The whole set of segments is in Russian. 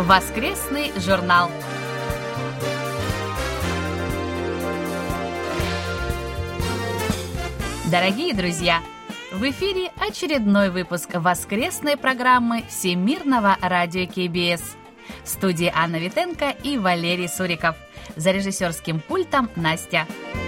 Воскресный журнал. Дорогие друзья, в эфире очередной выпуск воскресной программы Всемирного радио КБС. В студии Анна Витенко и Валерий Суриков. За режиссерским пультом Настя.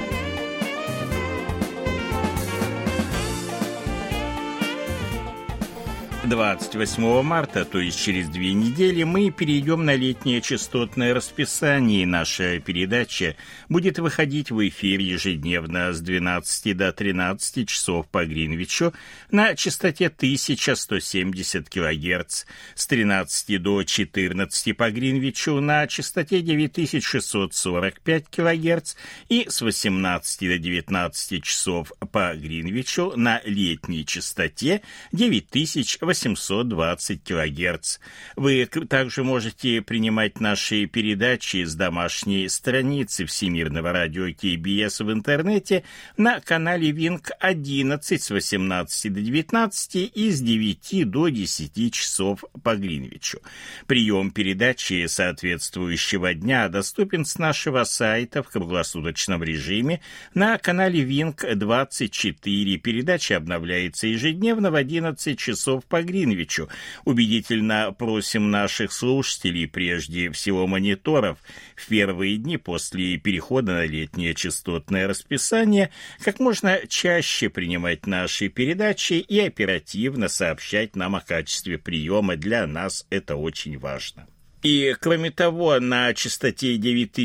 28 марта, то есть через 2 недели, мы перейдем на летнее частотное расписание, и наша передача будет выходить в эфир ежедневно с 12 до 13 часов по Гринвичу на частоте 1170 кГц, с 13 до 14 по Гринвичу на частоте 9645 кГц и с 18 до 19 часов по Гринвичу на летней частоте 9820 кГц. Вы также можете принимать наши передачи с домашней страницы Всемирного радио КБС в интернете на канале Wink 11 с 18 до 19 и с 9 до 10 часов по Гринвичу. Прием передачи соответствующего дня доступен с нашего сайта в круглосуточном режиме на канале Wink 24. Передача обновляется ежедневно в 11 часов по Гринвичу. Убедительно просим наших слушателей, прежде всего мониторов, в первые дни после перехода на летнее частотное расписание как можно чаще принимать наши передачи и оперативно сообщать нам о качестве приема. Для нас это очень важно. И, кроме того, на частоте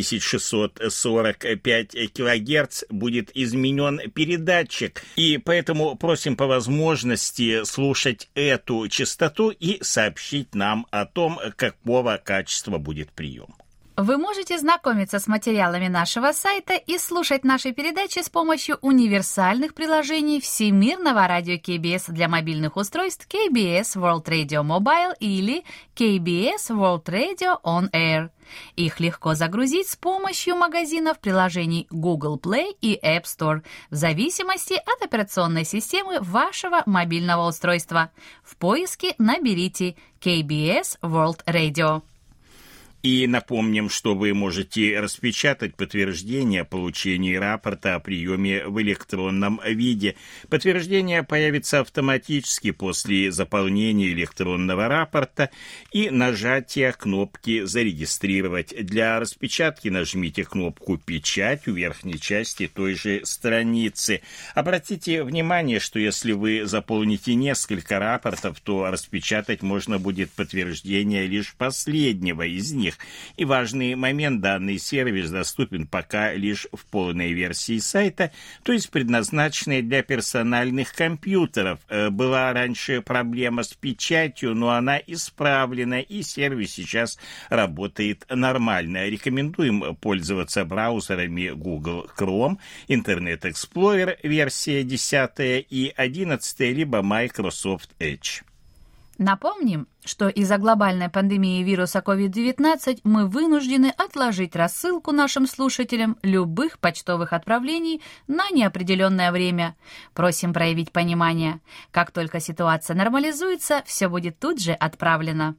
9645 кГц будет изменен передатчик, и поэтому просим по возможности слушать эту частоту и сообщить нам о том, какого качества будет прием. Вы можете знакомиться с материалами нашего сайта и слушать наши передачи с помощью универсальных приложений Всемирного радио КБС для мобильных устройств KBS World Radio Mobile или KBS World Radio On Air. Их легко загрузить с помощью магазинов приложений Google Play и App Store в зависимости от операционной системы вашего мобильного устройства. В поиске наберите KBS World Radio. И напомним, что вы можете распечатать подтверждение о получении рапорта о приеме в электронном виде. Подтверждение появится автоматически после заполнения электронного рапорта и нажатия кнопки «Зарегистрировать». Для распечатки нажмите кнопку «Печать» у верхней части той же страницы. Обратите внимание, что если вы заполните несколько рапортов, то распечатать можно будет подтверждение лишь последнего из них. И важный момент: данный сервис доступен пока лишь в полной версии сайта, то есть предназначенной для персональных компьютеров. Была раньше проблема с печатью, но она исправлена, и сервис сейчас работает нормально. Рекомендуем пользоваться браузерами Google Chrome, Internet Explorer версия 10 и 11, либо Microsoft Edge. Напомним, что из-за глобальной пандемии вируса COVID-19 мы вынуждены отложить рассылку нашим слушателям любых почтовых отправлений на неопределенное время. Просим проявить понимание. Как только ситуация нормализуется, все будет тут же отправлено.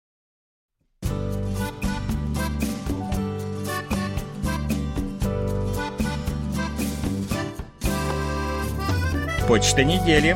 Почта недели.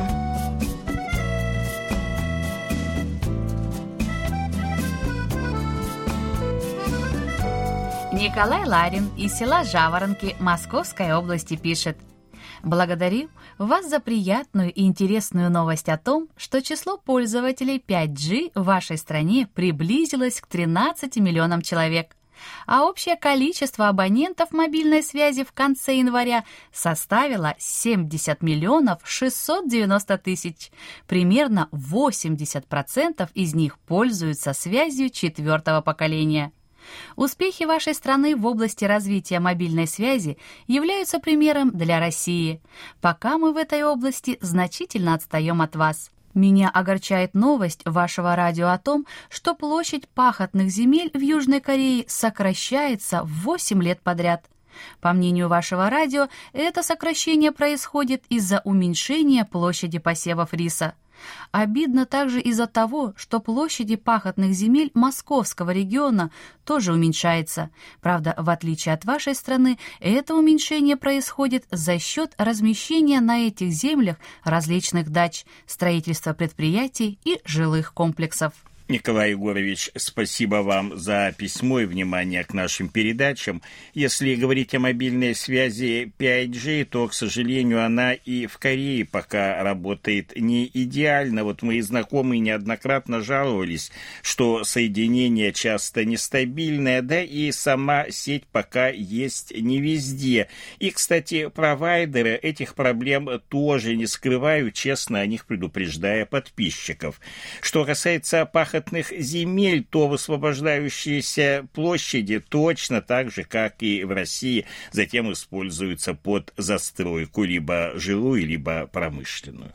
Николай Ларин из села Жаворонки Московской области пишет: «Благодарю вас за приятную и интересную новость о том, что число пользователей 5G в вашей стране приблизилось к 13 миллионам человек, а общее количество абонентов мобильной связи в конце января составило 70 миллионов 690 тысяч. Примерно 80% из них пользуются связью 4-го поколения». Успехи вашей страны в области развития мобильной связи являются примером для России. Пока мы в этой области значительно отстаем от вас. Меня огорчает новость вашего радио о том, что площадь пахотных земель в Южной Корее сокращается в 8 лет подряд. По мнению вашего радио, это сокращение происходит из-за уменьшения площади посевов риса. Обидно также из-за того, что площади пахотных земель московского региона тоже уменьшается. Правда, в отличие от вашей страны, это уменьшение происходит за счет размещения на этих землях различных дач, строительства предприятий и жилых комплексов. Николай Егорович, спасибо вам за письмо и внимание к нашим передачам. Если говорить о мобильной связи 5G, то, к сожалению, она и в Корее пока работает не идеально. Вот мои знакомые неоднократно жаловались, что соединение часто нестабильное, да и сама сеть пока есть не везде. И, кстати, провайдеры этих проблем тоже не скрывают, честно о них предупреждая подписчиков. Что касается пахотных земель, то высвобождающиеся площади точно так же, как и в России, затем используются под застройку либо жилую, либо промышленную.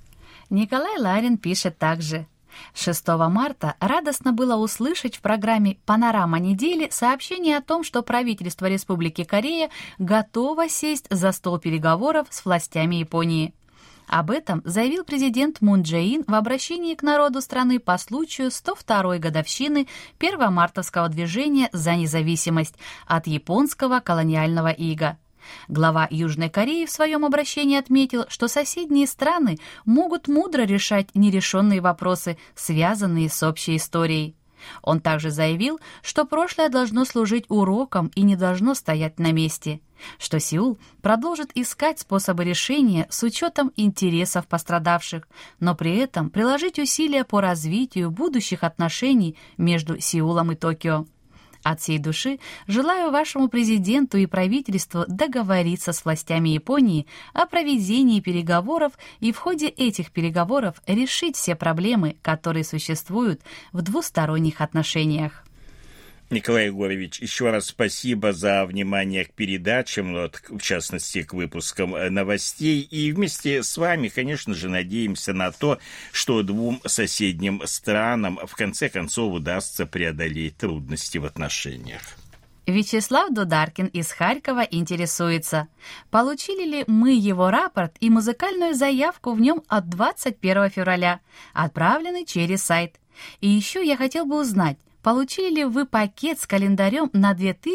Николай Ларин пишет также. 6 марта радостно было услышать в программе «Панорама недели» сообщение о том, что правительство Республики Корея готово сесть за стол переговоров с властями Японии. Об этом заявил президент Мун Чже Ин в обращении к народу страны по случаю 102-й годовщины первомартовского движения за независимость от японского колониального ига. Глава Южной Кореи в своем обращении отметил, что соседние страны могут мудро решать нерешенные вопросы, связанные с общей историей. Он также заявил, что прошлое должно служить уроком и не должно стоять на месте, что Сеул продолжит искать способы решения с учетом интересов пострадавших, но при этом приложить усилия по развитию будущих отношений между Сеулом и Токио. От всей души желаю вашему президенту и правительству договориться с властями Японии о проведении переговоров и в ходе этих переговоров решить все проблемы, которые существуют в двусторонних отношениях. Николай Егорович, еще раз спасибо за внимание к передачам, в частности, к выпускам новостей. И вместе с вами, конечно же, надеемся на то, что двум соседним странам в конце концов удастся преодолеть трудности в отношениях. Вячеслав Дударкин из Харькова интересуется, получили ли мы его рапорт и музыкальную заявку в нем от 21 февраля, отправленный через сайт. И еще я хотел бы узнать, получили ли вы пакет с календарем на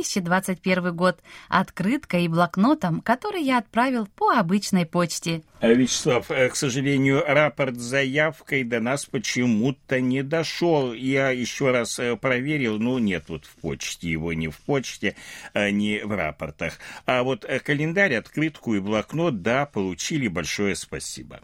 2021 год, открыткой и блокнотом, который я отправил по обычной почте? Вячеслав, к сожалению, рапорт с заявкой до нас почему-то не дошел. Я еще раз проверил, нет вот в почте, его ни в почте, ни в рапортах. А вот календарь, открытку и блокнот, да, получили, большое спасибо.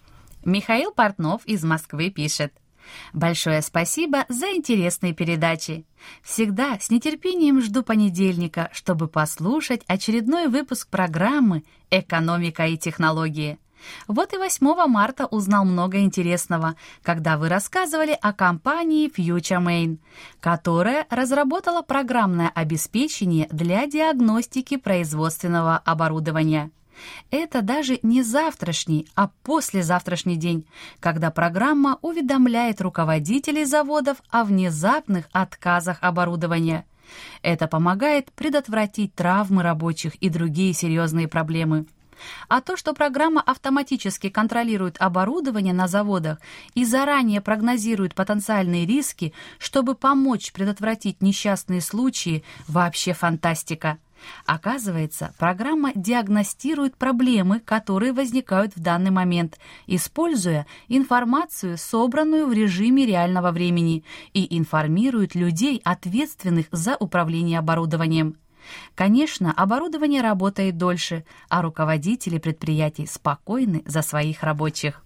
Михаил Портнов из Москвы пишет. Большое спасибо за интересные передачи. Всегда с нетерпением жду понедельника, чтобы послушать очередной выпуск программы «Экономика и технологии». Вот и 8 марта узнал много интересного, когда вы рассказывали о компании FutureMain, которая разработала программное обеспечение для диагностики производственного оборудования. Это даже не завтрашний, а послезавтрашний день, когда программа уведомляет руководителей заводов о внезапных отказах оборудования. Это помогает предотвратить травмы рабочих и другие серьезные проблемы. А то, что программа автоматически контролирует оборудование на заводах и заранее прогнозирует потенциальные риски, чтобы помочь предотвратить несчастные случаи, вообще фантастика. Оказывается, программа диагностирует проблемы, которые возникают в данный момент, используя информацию, собранную в режиме реального времени, и информирует людей, ответственных за управление оборудованием. Конечно, оборудование работает дольше, а руководители предприятий спокойны за своих рабочих.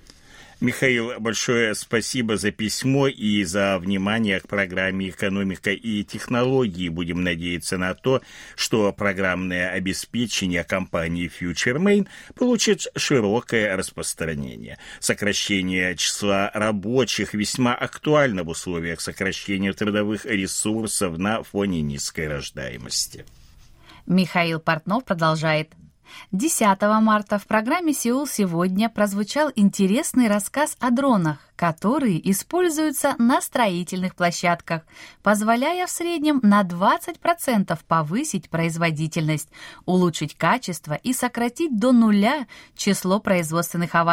Михаил, большое спасибо за письмо и за внимание к программе «Экономика и технологии». Будем надеяться на то, что программное обеспечение компании FutureMain получит широкое распространение. Сокращение числа рабочих весьма актуально в условиях сокращения трудовых ресурсов на фоне низкой рождаемости. Михаил Портнов продолжает. 10 марта в программе «Сеул сегодня» прозвучал интересный рассказ о дронах, которые используются на строительных площадках, позволяя в среднем на 20% повысить производительность, улучшить качество и сократить до нуля число производственных аварий.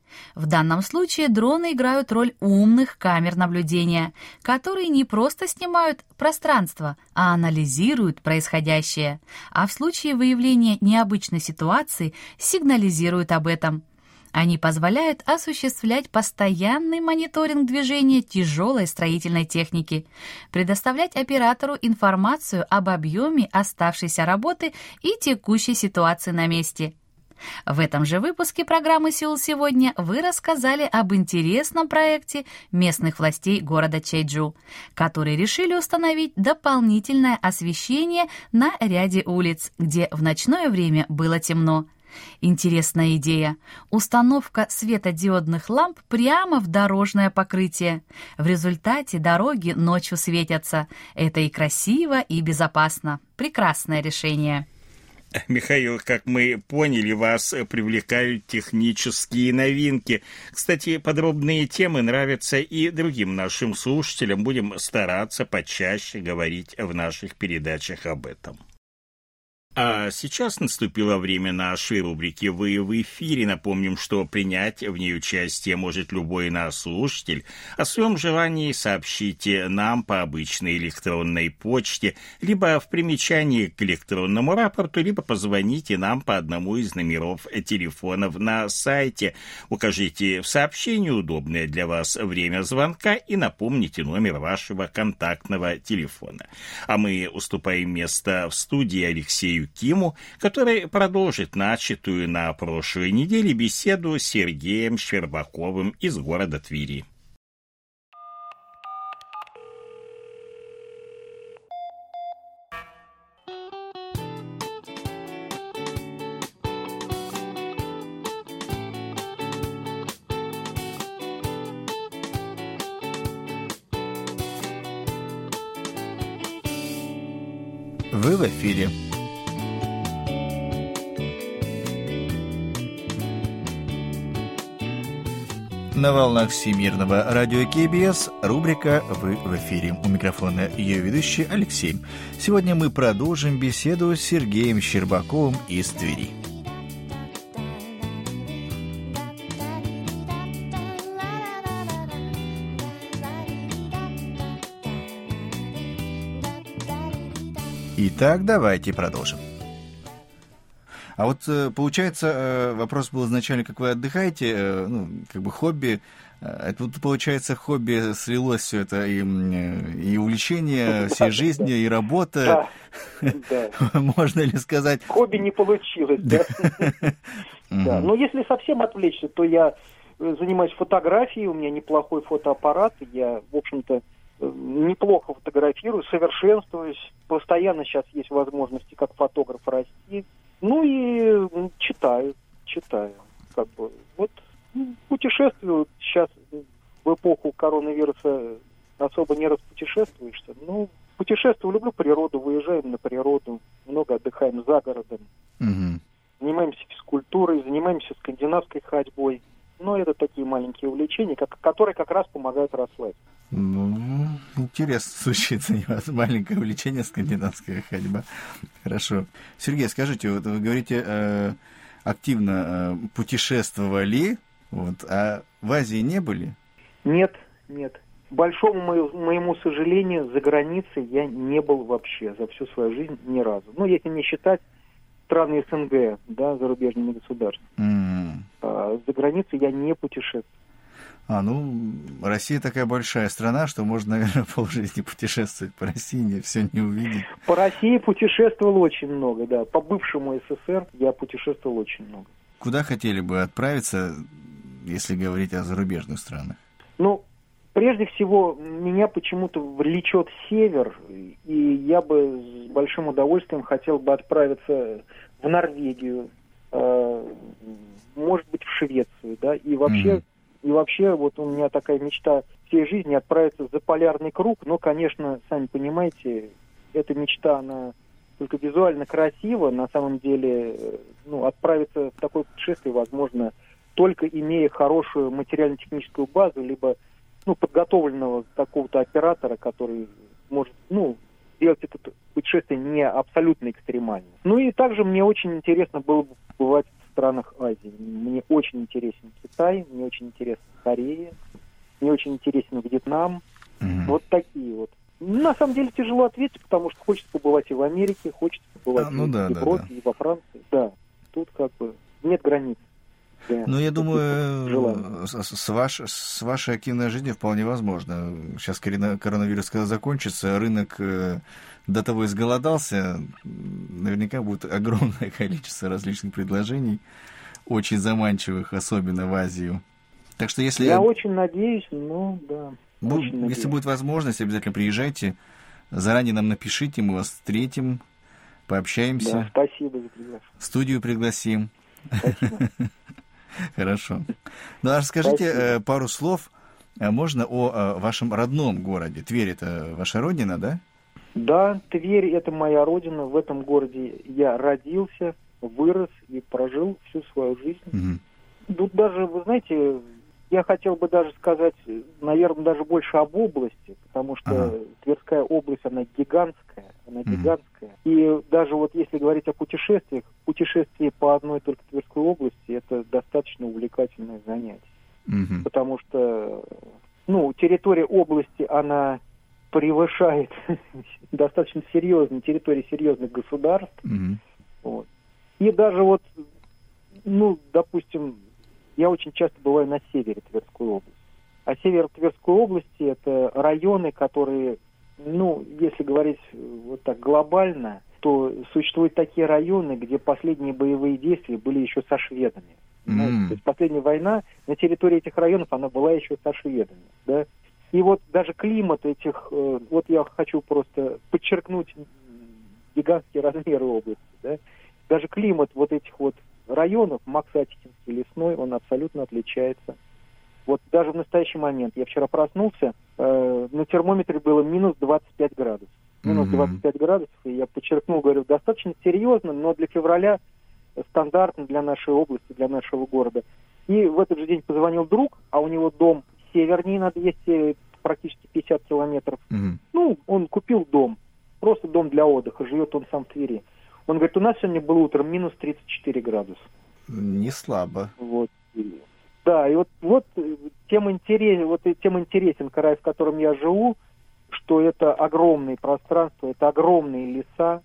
В данном случае дроны играют роль умных камер наблюдения, которые не просто снимают пространство, а анализируют происходящее, а в случае выявления необычной ситуации сигнализируют об этом. Они позволяют осуществлять постоянный мониторинг движения тяжелой строительной техники, предоставлять оператору информацию об объеме оставшейся работы и текущей ситуации на месте. В этом же выпуске программы «Сеул сегодня» вы рассказали об интересном проекте местных властей города Чеджу, которые решили установить дополнительное освещение на ряде улиц, где в ночное время было темно. Интересная идея – установка светодиодных ламп прямо в дорожное покрытие. В результате дороги ночью светятся. Это и красиво, и безопасно. Прекрасное решение. Михаил, как мы поняли, вас привлекают технические новинки. Кстати, подробные темы нравятся и другим нашим слушателям. Будем стараться почаще говорить в наших передачах об этом. А сейчас наступило время нашей рубрики «Вы в эфире». Напомним, что принять в ней участие может любой наш слушатель. О своем желании сообщите нам по обычной электронной почте, либо в примечании к электронному рапорту, либо позвоните нам по одному из номеров телефонов на сайте. Укажите в сообщении удобное для вас время звонка и напомните номер вашего контактного телефона. А мы уступаем место в студии Алексею Киму, который продолжит начатую на прошлой неделе беседу с Сергеем Щербаковым из города Твери. Вы в эфире. На волнах Всемирного радио КБС рубрика «Вы в эфире». У микрофона ее ведущий Алексей. Сегодня мы продолжим беседу с Сергеем Щербаковым из Твери. Итак, давайте продолжим. А вот получается, вопрос был изначально, как вы отдыхаете, как бы хобби. Это вот, получается, хобби слилось все это, и увлечение всей жизни, и работа. Да. Можно ли сказать? Хобби не получилось, да. Но если совсем отвлечься, то я занимаюсь фотографией, у меня неплохой фотоаппарат, я, в общем-то, неплохо фотографирую, совершенствуюсь. Постоянно сейчас есть возможности как фотограф расти. Ну и читаю. Как бы. Вот путешествую сейчас в эпоху коронавируса особо не распутешествуешься. Ну, путешествую, люблю природу, выезжаем на природу, много отдыхаем за городом. Занимаемся физкультурой, занимаемся скандинавской ходьбой. Но это такие маленькие увлечения, которые как раз помогают расслабиться. Ну, интересно звучит, маленькое увлечение, скандинавская ходьба. Хорошо. Сергей, скажите, вот вы говорите, активно путешествовали, вот, а в Азии не были? Нет. К большому моему сожалению, за границей я не был вообще за всю свою жизнь ни разу. Ну, если не считать страны СНГ, да, зарубежными государствами. За границей я не путешествую. Россия такая большая страна, что можно, наверное, полжизни путешествовать по России, все не увидеть. По России путешествовал очень много, да. По бывшему СССР я путешествовал очень много. Куда хотели бы отправиться, если говорить о зарубежных странах? Ну, прежде всего, меня почему-то влечет север, и я бы с большим удовольствием хотел бы отправиться в Норвегию, может быть, в Швецию, да, и вообще, вот у меня такая мечта всей жизни отправиться за полярный круг, но, конечно, сами понимаете, эта мечта, она только визуально красива, на самом деле, отправиться в такое путешествие возможно только имея хорошую материально-техническую базу, либо, подготовленного какого-то оператора, который может, сделать это путешествие не абсолютно экстремально. Ну и также мне очень интересно было бы побывать в странах Азии. Мне очень интересен Китай, мне очень интересна Корея, мне очень интересен Вьетнам. Вот такие вот. На самом деле тяжело ответить, потому что хочется побывать и в Америке, хочется побывать и в Европе, и во Франции. Да, тут как бы нет границ. Ну, я думаю, с вашей активной жизнью вполне возможно. Сейчас коронавирус, когда закончится, рынок до того изголодался, наверняка будет огромное количество различных предложений, очень заманчивых, особенно в Азию. Так что если... Я очень надеюсь, да. Если будет возможность, обязательно приезжайте. Заранее нам напишите, мы вас встретим, пообщаемся. Да, спасибо за приглашение. В студию пригласим. Спасибо. Хорошо. Ну, а расскажите пару слов, можно о вашем родном городе. Тверь — это ваша родина, да? Да, Тверь — это моя родина. В этом городе я родился, вырос и прожил всю свою жизнь. Тут даже, вы знаете, я хотел бы даже сказать, наверное, даже больше об области, потому что Тверская область, она гигантская. И даже вот если говорить о путешествиях, путешествие по одной только Тверской области — это достаточно увлекательное занятие. Потому что, территория области, она превышает достаточно серьезно территории серьезных государств. Вот. И даже вот, допустим, я очень часто бываю на севере Тверской области. А север Тверской области — это районы, которые, если говорить вот так глобально, то существуют такие районы, где последние боевые действия были еще со шведами. То есть последняя война на территории этих районов, она была еще со шведами. Да? И вот даже климат этих, вот я хочу просто подчеркнуть гигантские размеры области, да? Даже климат вот этих вот районов, Максатикинский, Лесной, он абсолютно отличается. Вот даже в настоящий момент, я вчера проснулся, на термометре было минус 25 градусов. Минус 25 градусов, и я подчеркнул, говорю, достаточно серьезно, но для февраля стандартно для нашей области, для нашего города. И в этот же день позвонил друг, а у него дом севернее на 200, практически 50 километров. Он купил дом, просто дом для отдыха, живет он сам в Твери. Он говорит, у нас сегодня было утром минус 34 градуса. Не слабо. Вот. Да, и вот тем интересен край, в котором я живу, что это огромные пространства, это огромные леса,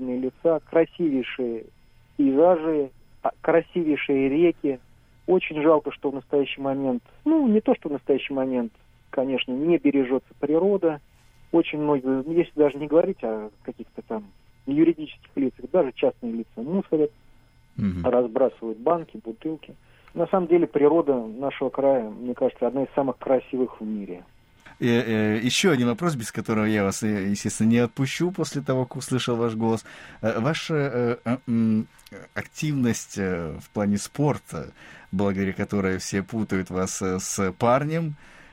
красивейшие пейзажи, красивейшие реки. Очень жалко, что в настоящий момент, не то, что в настоящий момент, конечно, не бережется природа. Очень многие, если даже не говорить о каких-то там юридических лицах, даже частные лица мусорят, разбрасывают банки, бутылки. На самом деле природа нашего края, мне кажется, одна из самых красивых в мире. Еще один вопрос, без которого я вас, естественно, не отпущу после того, как услышал ваш голос. Ваша активность в плане спорта, благодаря которой все путают вас с парнем,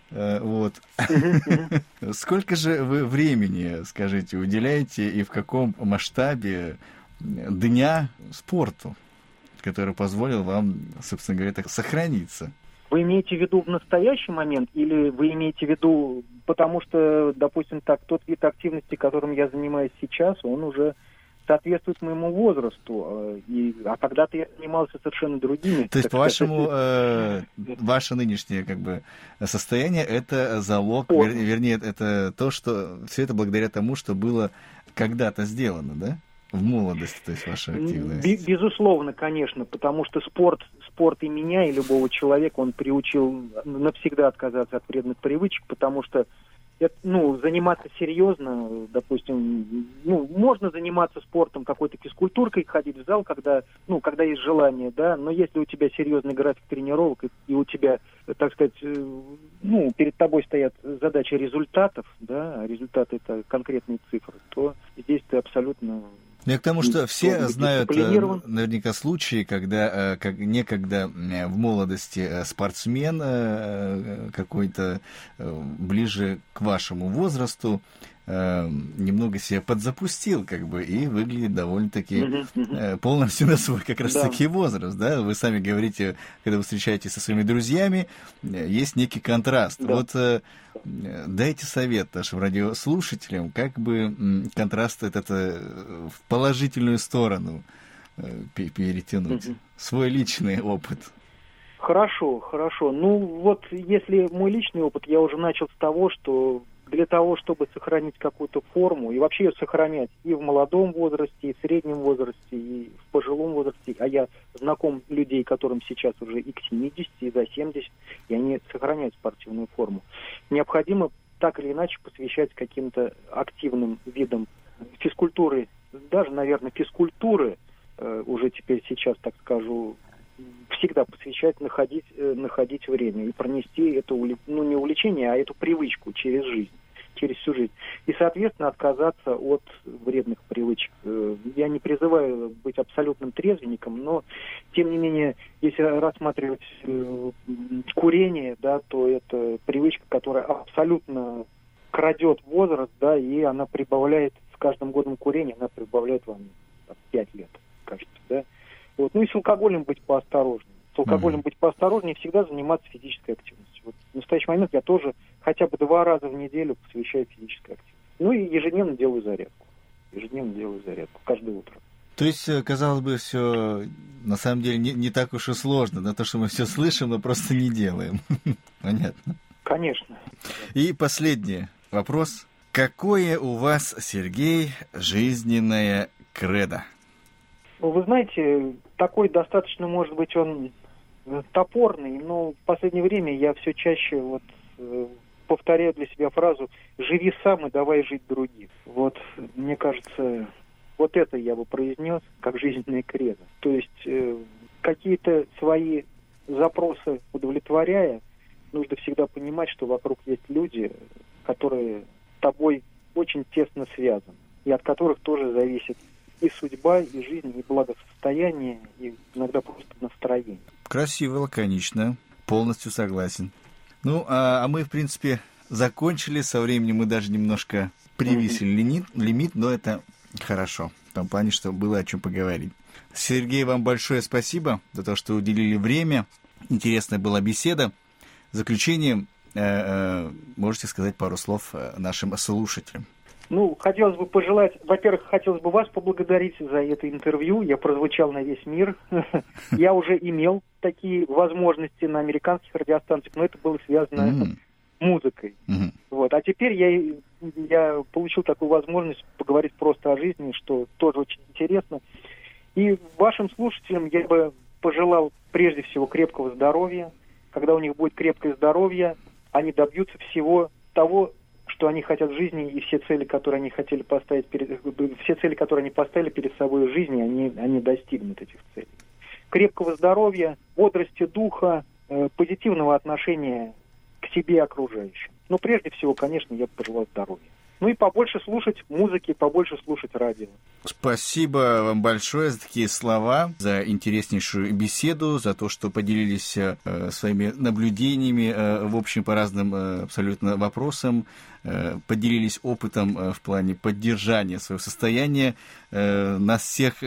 Сколько же вы времени, скажите, уделяете и в каком масштабе дня спорту, который позволил вам, собственно говоря, так сохраниться? Вы имеете в виду в настоящий момент или вы имеете в виду, потому что, допустим, тот вид активности, которым я занимаюсь сейчас, он уже соответствует моему возрасту, а когда-то я занимался совершенно другими. То есть, по-вашему, ваше нынешнее состояние — это залог, вернее, это то, что все это благодаря тому, что было когда-то сделано, да? В молодости, то есть ваша активность. Безусловно, конечно, потому что спорт и меня, и любого человека, он приучил навсегда отказаться от вредных привычек, потому что заниматься серьезно, допустим, можно заниматься спортом, какой-то физкультуркой, ходить в зал, когда есть желание, да, но если у тебя серьезный график тренировок, и у тебя, так сказать, перед тобой стоят задачи результатов, да, а результаты — это конкретные цифры, то здесь ты абсолютно... Я к тому, что все знают наверняка случаи, когда некогда в молодости спортсмен какой-то ближе к вашему возрасту немного себя подзапустил, и выглядит довольно-таки полностью на свой как раз-таки возраст, да? Вы сами говорите, когда вы встречаетесь со своими друзьями, есть некий контраст. Да. Вот дайте совет нашим радиослушателям, как бы контраст этот в положительную сторону перетянуть. Свой личный опыт. Хорошо. Ну, вот если мой личный опыт, я уже начал с того, что для того, чтобы сохранить какую-то форму, и вообще ее сохранять и в молодом возрасте, и в среднем возрасте, и в пожилом возрасте, а я знаком людей, которым сейчас уже и к 70, и за 70, и они сохраняют спортивную форму, необходимо так или иначе посвящать каким-то активным видам физкультуры, даже, наверное, физкультуры, уже теперь сейчас, так скажу, всегда посвящать, находить время и пронести это, не увлечение, а эту привычку через жизнь, через всю жизнь. И, соответственно, отказаться от вредных привычек. Я не призываю быть абсолютным трезвенником, но, тем не менее, если рассматривать курение, да, то это привычка, которая абсолютно крадет возраст, да, и она прибавляет, с каждым годом курения, она прибавляет вам 5 лет, кажется, да. Вот. Ну и с алкоголем быть поосторожнее. С алкоголем быть поосторожнее, всегда заниматься физической активностью. Вот в настоящий момент я тоже хотя бы 2 раза в неделю посвящаю физической активности. Ну и ежедневно делаю зарядку. Каждое утро. То есть, казалось бы, все на самом деле не так уж и сложно, да, то, что мы все слышим, но просто не делаем. Понятно. Конечно. И последний вопрос. Какое у вас, Сергей, жизненное кредо? Вы знаете, такой достаточно, может быть, он топорный, но в последнее время я все чаще повторяю для себя фразу «живи сам и давай жить других». Вот, мне кажется, вот это я бы произнес как жизненное кредо. То есть какие-то свои запросы удовлетворяя, нужно всегда понимать, что вокруг есть люди, которые с тобой очень тесно связаны, и от которых тоже зависит и судьба, и жизнь, и благосостояние, и иногда просто настроение. Красиво, лаконично. Полностью согласен. Ну, а мы, в принципе, закончили. Со временем мы даже немножко превысили лимит, но это хорошо. В том плане, что было о чем поговорить. Сергей, вам большое спасибо за то, что уделили время. Интересная была беседа. В заключение можете сказать пару слов нашим слушателям. Ну, хотелось бы пожелать, во-первых, хотелось бы вас поблагодарить за это интервью. Я прозвучал на весь мир. Я уже имел такие возможности на американских радиостанциях, но это было связано с музыкой. Вот. А теперь я получил такую возможность поговорить просто о жизни, что тоже очень интересно. И вашим слушателям я бы пожелал прежде всего крепкого здоровья. Когда у них будет крепкое здоровье, они добьются всего того, что они хотят в жизни, и все цели, которые они хотели поставить которые они поставили перед собой в жизни, они достигнут этих целей. Крепкого здоровья, бодрости духа, позитивного отношения к себе и окружающим. Но прежде всего, конечно, я пожелаю здоровья. Ну и побольше слушать музыки, побольше слушать радио. Спасибо вам большое за такие слова, за интереснейшую беседу, за то, что поделились своими наблюдениями, в общем, по разным абсолютно вопросам, поделились опытом в плане поддержания своего состояния. Нас всех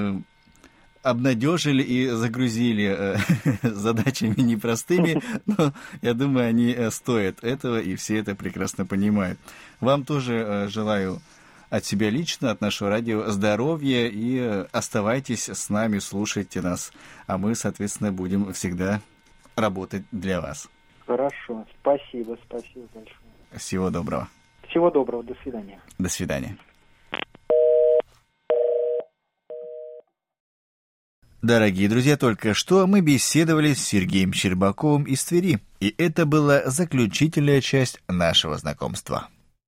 обнадежили и загрузили задачами непростыми, но, я думаю, они стоят этого, и все это прекрасно понимают. Вам тоже желаю от себя лично, от нашего радио здоровья, и оставайтесь с нами, слушайте нас, а мы, соответственно, будем всегда работать для вас. Хорошо, спасибо большое. Всего доброго. Всего доброго, до свидания. До свидания. Дорогие друзья, только что мы беседовали с Сергеем Щербаковым из Твери, и это была заключительная часть нашего знакомства.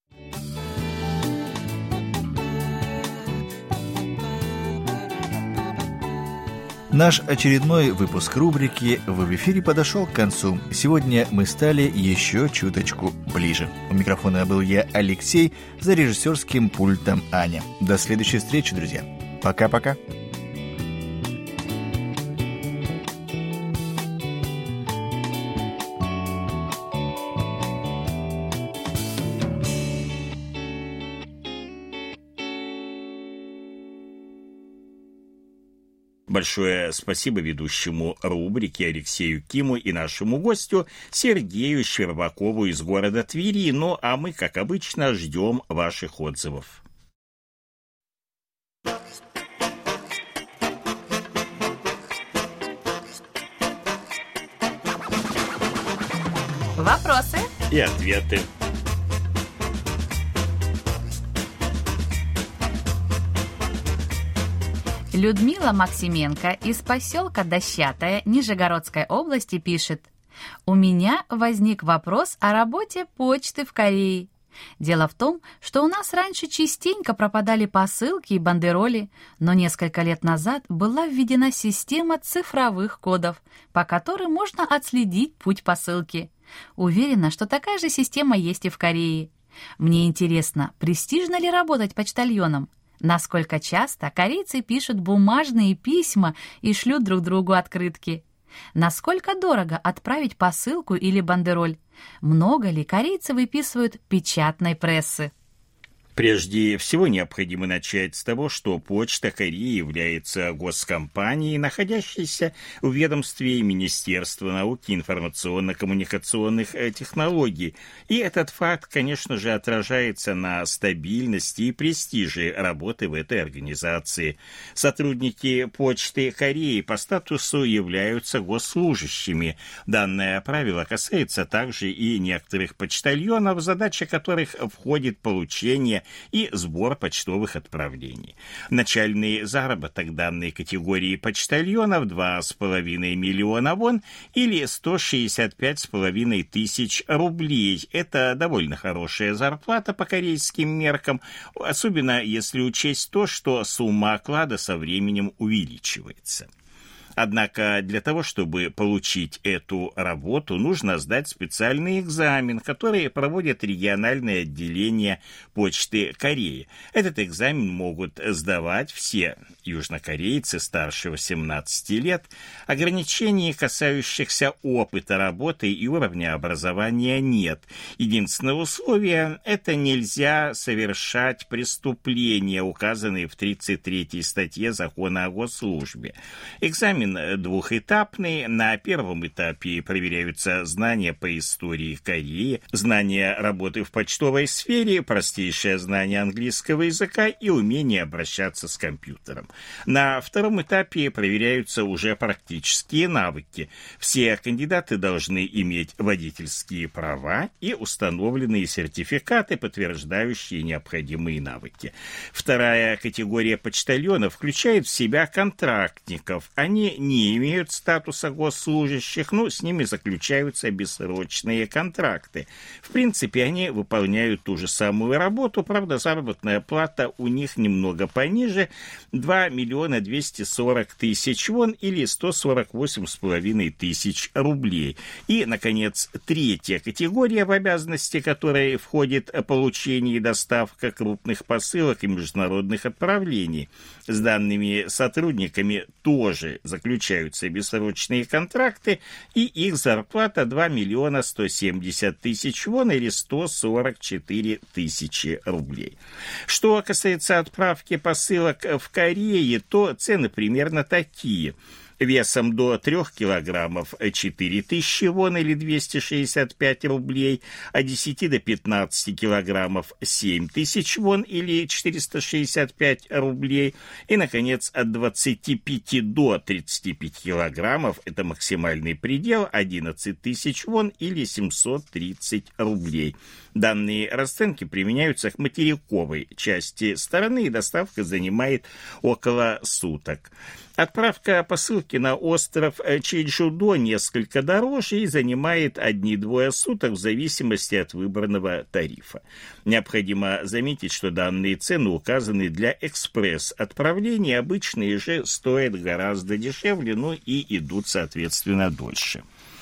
Наш очередной выпуск рубрики «Вы в эфире» подошел к концу. Сегодня мы стали еще чуточку ближе. У микрофона был я, Алексей, за режиссерским пультом Аня. До следующей встречи, друзья. Пока-пока. Большое спасибо ведущему рубрики Алексею Киму и нашему гостю Сергею Щербакову из города Твери. Ну, а мы, как обычно, ждем ваших отзывов. Вопросы и ответы. Людмила Максименко из поселка Дощатая Нижегородской области пишет: «У меня возник вопрос о работе почты в Корее. Дело в том, что у нас раньше частенько пропадали посылки и бандероли, но несколько лет назад была введена система цифровых кодов, по которым можно отследить путь посылки. Уверена, что такая же система есть и в Корее. Мне интересно, престижно ли работать почтальоном? Насколько часто корейцы пишут бумажные письма и шлют друг другу открытки? Насколько дорого отправить посылку или бандероль? Много ли корейцы выписывают печатной прессы?» Прежде всего, необходимо начать с того, что Почта Кореи является госкомпанией, находящейся в ведомстве Министерства науки и информационно-коммуникационных технологий. И этот факт, конечно же, отражается на стабильности и престиже работы в этой организации. Сотрудники Почты Кореи по статусу являются госслужащими. Данное правило касается также и некоторых почтальонов, задача которых входит получение и сбор почтовых отправлений. Начальный заработок данной категории почтальонов 2,5 миллиона вон или 165,5 тысяч рублей. Это довольно хорошая зарплата по корейским меркам, особенно если учесть то, что сумма оклада со временем увеличивается. Однако для того, чтобы получить эту работу, нужно сдать специальный экзамен, который проводят региональные отделения Почты Кореи. Этот экзамен могут сдавать все южнокорейцы старше 18 лет. Ограничений, касающихся опыта работы и уровня образования, нет. Единственное условие – это нельзя совершать преступления, указанные в 33-й статье Закона о госслужбе. Экзамен двухэтапный. На первом этапе проверяются знания по истории Кореи, знания работы в почтовой сфере, простейшее знание английского языка и умение обращаться с компьютером. На втором этапе проверяются уже практические навыки. Все кандидаты должны иметь водительские права и установленные сертификаты, подтверждающие необходимые навыки. Вторая категория почтальонов включает в себя контрактников. Они не имеют статуса госслужащих, но с ними заключаются бессрочные контракты. В принципе, они выполняют ту же самую работу, правда, заработная плата у них немного пониже – 2 миллиона 240 тысяч вон или 148,5 тысяч рублей. И, наконец, третья категория, в обязанности которой входит получение и доставка крупных посылок и международных отправлений. С данными сотрудниками тоже заключаются бессрочные контракты, и их зарплата 2 миллиона 170 тысяч вон или 144 тысячи рублей. Что касается отправки посылок в Корее, то цены примерно такие. Весом до 3 килограммов 4 тысячи вон или 265 рублей, от 10 до 15 килограммов 7 тысяч вон или 465 рублей, и, наконец, от 25 до 35 килограммов, это максимальный предел, 11 тысяч вон или 730 рублей. Данные расценки применяются к материковой части страны, и доставка занимает около суток. Отправка посылки на остров Чеджудо несколько дороже и занимает 1-2 суток в зависимости от выбранного тарифа. Необходимо заметить, что данные цены указаны для экспресс-отправлений, обычные же стоят гораздо дешевле, но и идут, соответственно, дольше.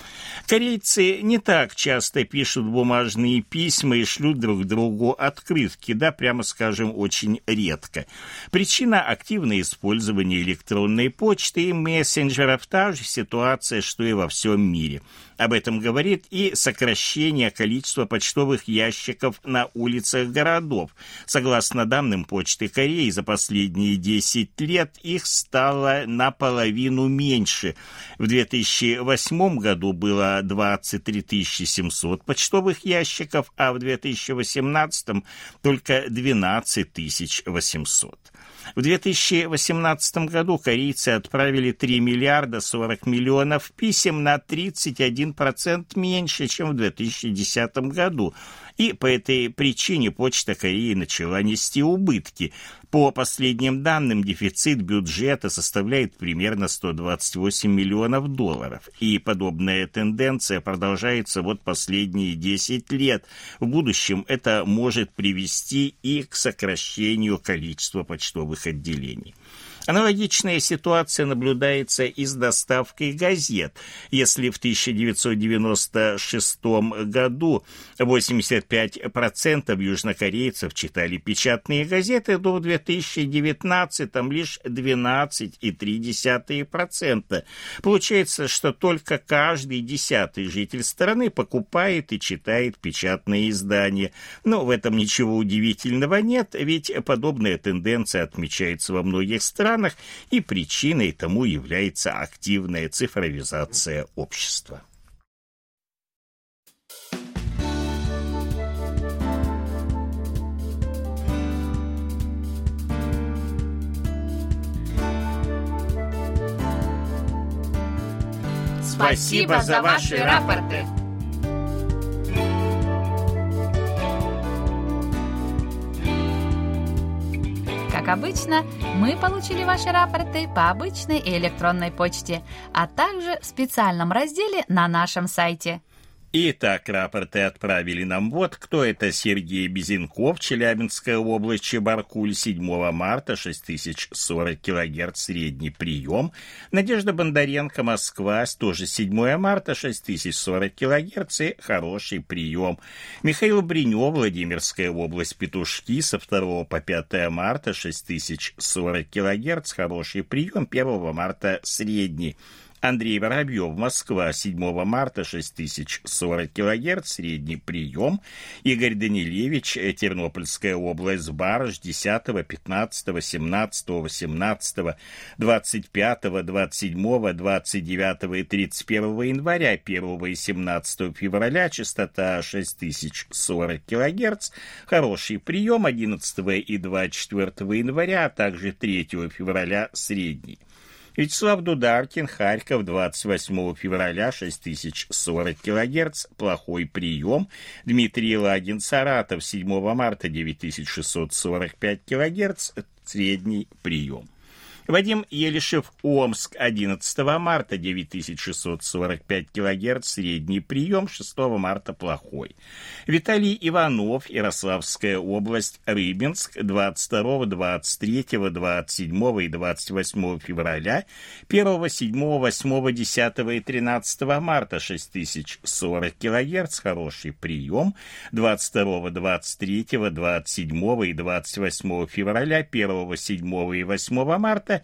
Корейцы не так часто пишут бумажные письма и шлют друг другу открытки, да, прямо скажем, очень редко. Причина – активное использование электронной почты и мессенджеров, та же ситуация, что и во всем мире. Об этом говорит и сокращение количества почтовых ящиков на улицах городов. Согласно данным Почты Кореи, за последние 10 лет их стало наполовину меньше. В 2008 году было 23 700 почтовых ящиков, а в 2018 только 12 800. В 2018 году корейцы отправили 3 миллиарда 40 миллионов писем, на 31% меньше, чем в 2010 году. И по этой причине Почта Кореи начала нести убытки. По последним данным, дефицит бюджета составляет примерно 128 миллионов долларов. И подобная тенденция продолжается вот последние 10 лет. В будущем это может привести и к сокращению количества почтовых отделений. Аналогичная ситуация наблюдается и с доставкой газет. Если в 1996 году 85% южнокорейцев читали печатные газеты, то в 2019 лишь 12,3%. Получается, что только каждый 10-й житель страны покупает и читает печатные издания. Но в этом ничего удивительного нет, ведь подобная тенденция отмечается во многих странах, и причиной тому является активная цифровизация общества. Спасибо за ваши рапорты. Как обычно, мы получили ваши рапорты по обычной и электронной почте, а также в специальном разделе на нашем сайте. Итак, рапорты отправили нам вот кто. Это Сергей Безенков, Челябинская область, Чебаркуль, 7 марта, 6040 кГц, средний прием. Надежда Бондаренко, Москва, тоже 7 марта, 6040 кГц, хороший прием. Михаил Бринев, Владимирская область, Петушки, со 2 по 5 марта, 6040 кГц, хороший прием, 1 марта, средний. Андрей Воробьев, Москва, 7 марта, 6040 кГц, средний прием. Игорь Данилевич, Тернопольская область, Барыш, 10, 15, 17, 18, 25, 27, 29 и 31 января, 1 и 17 февраля, частота 6040 кГц, хороший прием, 11 и 24 января, а также 3 февраля, средний. Вячеслав Дударкин, Харьков, 28 февраля, 6040 кГц, плохой прием. Дмитрий Лагин, Саратов, 7 марта, 9645 кГц, средний прием. Вадим Елишев, Омск, 11 марта, 9645 кГц, средний прием, 6 марта плохой. Виталий Иванов, Ярославская область, Рыбинск, 22, 23, 27 и 28 февраля, 1, 7, 8, 10 и 13 марта, 6040 кГц, хороший прием, 22, 23, 27 и 28 февраля, 1, 7 и 8 марта,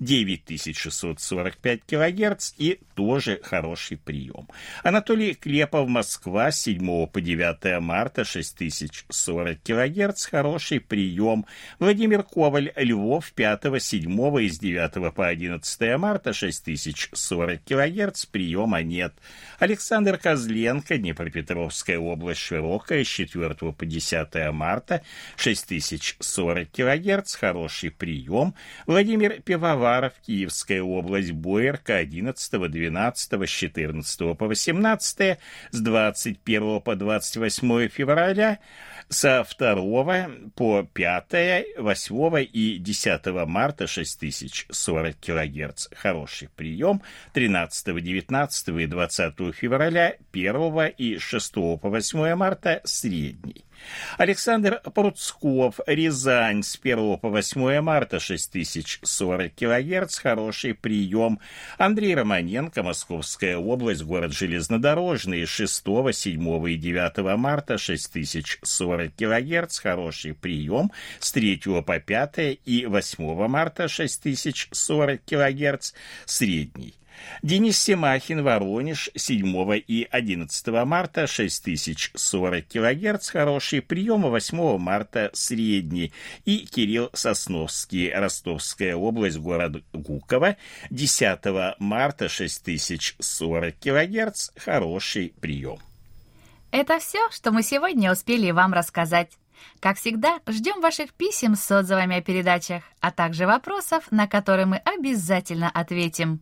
9645 кГц и тоже хороший прием. Анатолий Клепов, Москва, 7 по 9 марта, 6040 кГц, хороший прием. Владимир Коваль, Львов, 5, 7 и с 9 по 11 марта, 6040 кГц, приема нет. Александр Козленко, Днепропетровская область, Широкая, с 4 по 10 марта, 6040 кГц, хороший прием. Владимир Пивоваров, Киевская область, Боярка, 11, 12, с 14 по 18, с 21 по 28 февраля, со 2 по 5, 8 и 10 марта, 6040 кГц, хороший прием, 13, 19 и 20 февраля, 1 и 6 по 8 марта, средний. Александр Пруцков, Рязань, с 1 по 8 марта, 6040 кГц, хороший прием. Андрей Романенко, Московская область, город Железнодорожный, с 6, 7 и 9 марта, 6040 кГц, хороший прием. С 3 по 5 и 8 марта, 6040 кГц, средний. Денис Семахин, Воронеж, 7 и 11 марта 6040 кГц, хороший прием, 8 марта средний. И Кирилл Сосновский, Ростовская область, город Гуково, 10 марта 6040 кГц, хороший прием. Это все, что мы сегодня успели вам рассказать. Как всегда, ждем ваших писем с отзывами о передачах, а также вопросов, на которые мы обязательно ответим.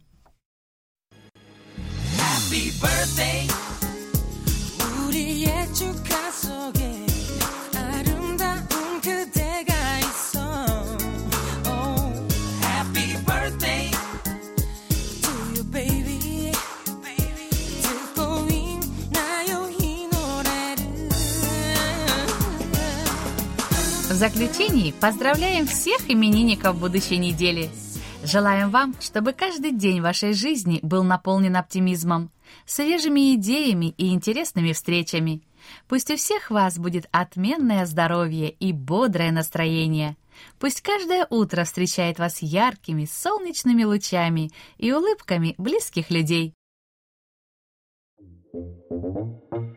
Happy birthday. 우리의 축하 속에 아름다운 그대가 있어. Oh, happy birthday to you, baby. 듣고 있나요 이 노래를? В заключении поздравляем всех именинников будущей недели. Желаем вам, чтобы каждый день вашей жизни был наполнен оптимизмом, свежими идеями и интересными встречами. Пусть у всех вас будет отменное здоровье и бодрое настроение. Пусть каждое утро встречает вас яркими, солнечными лучами и улыбками близких людей.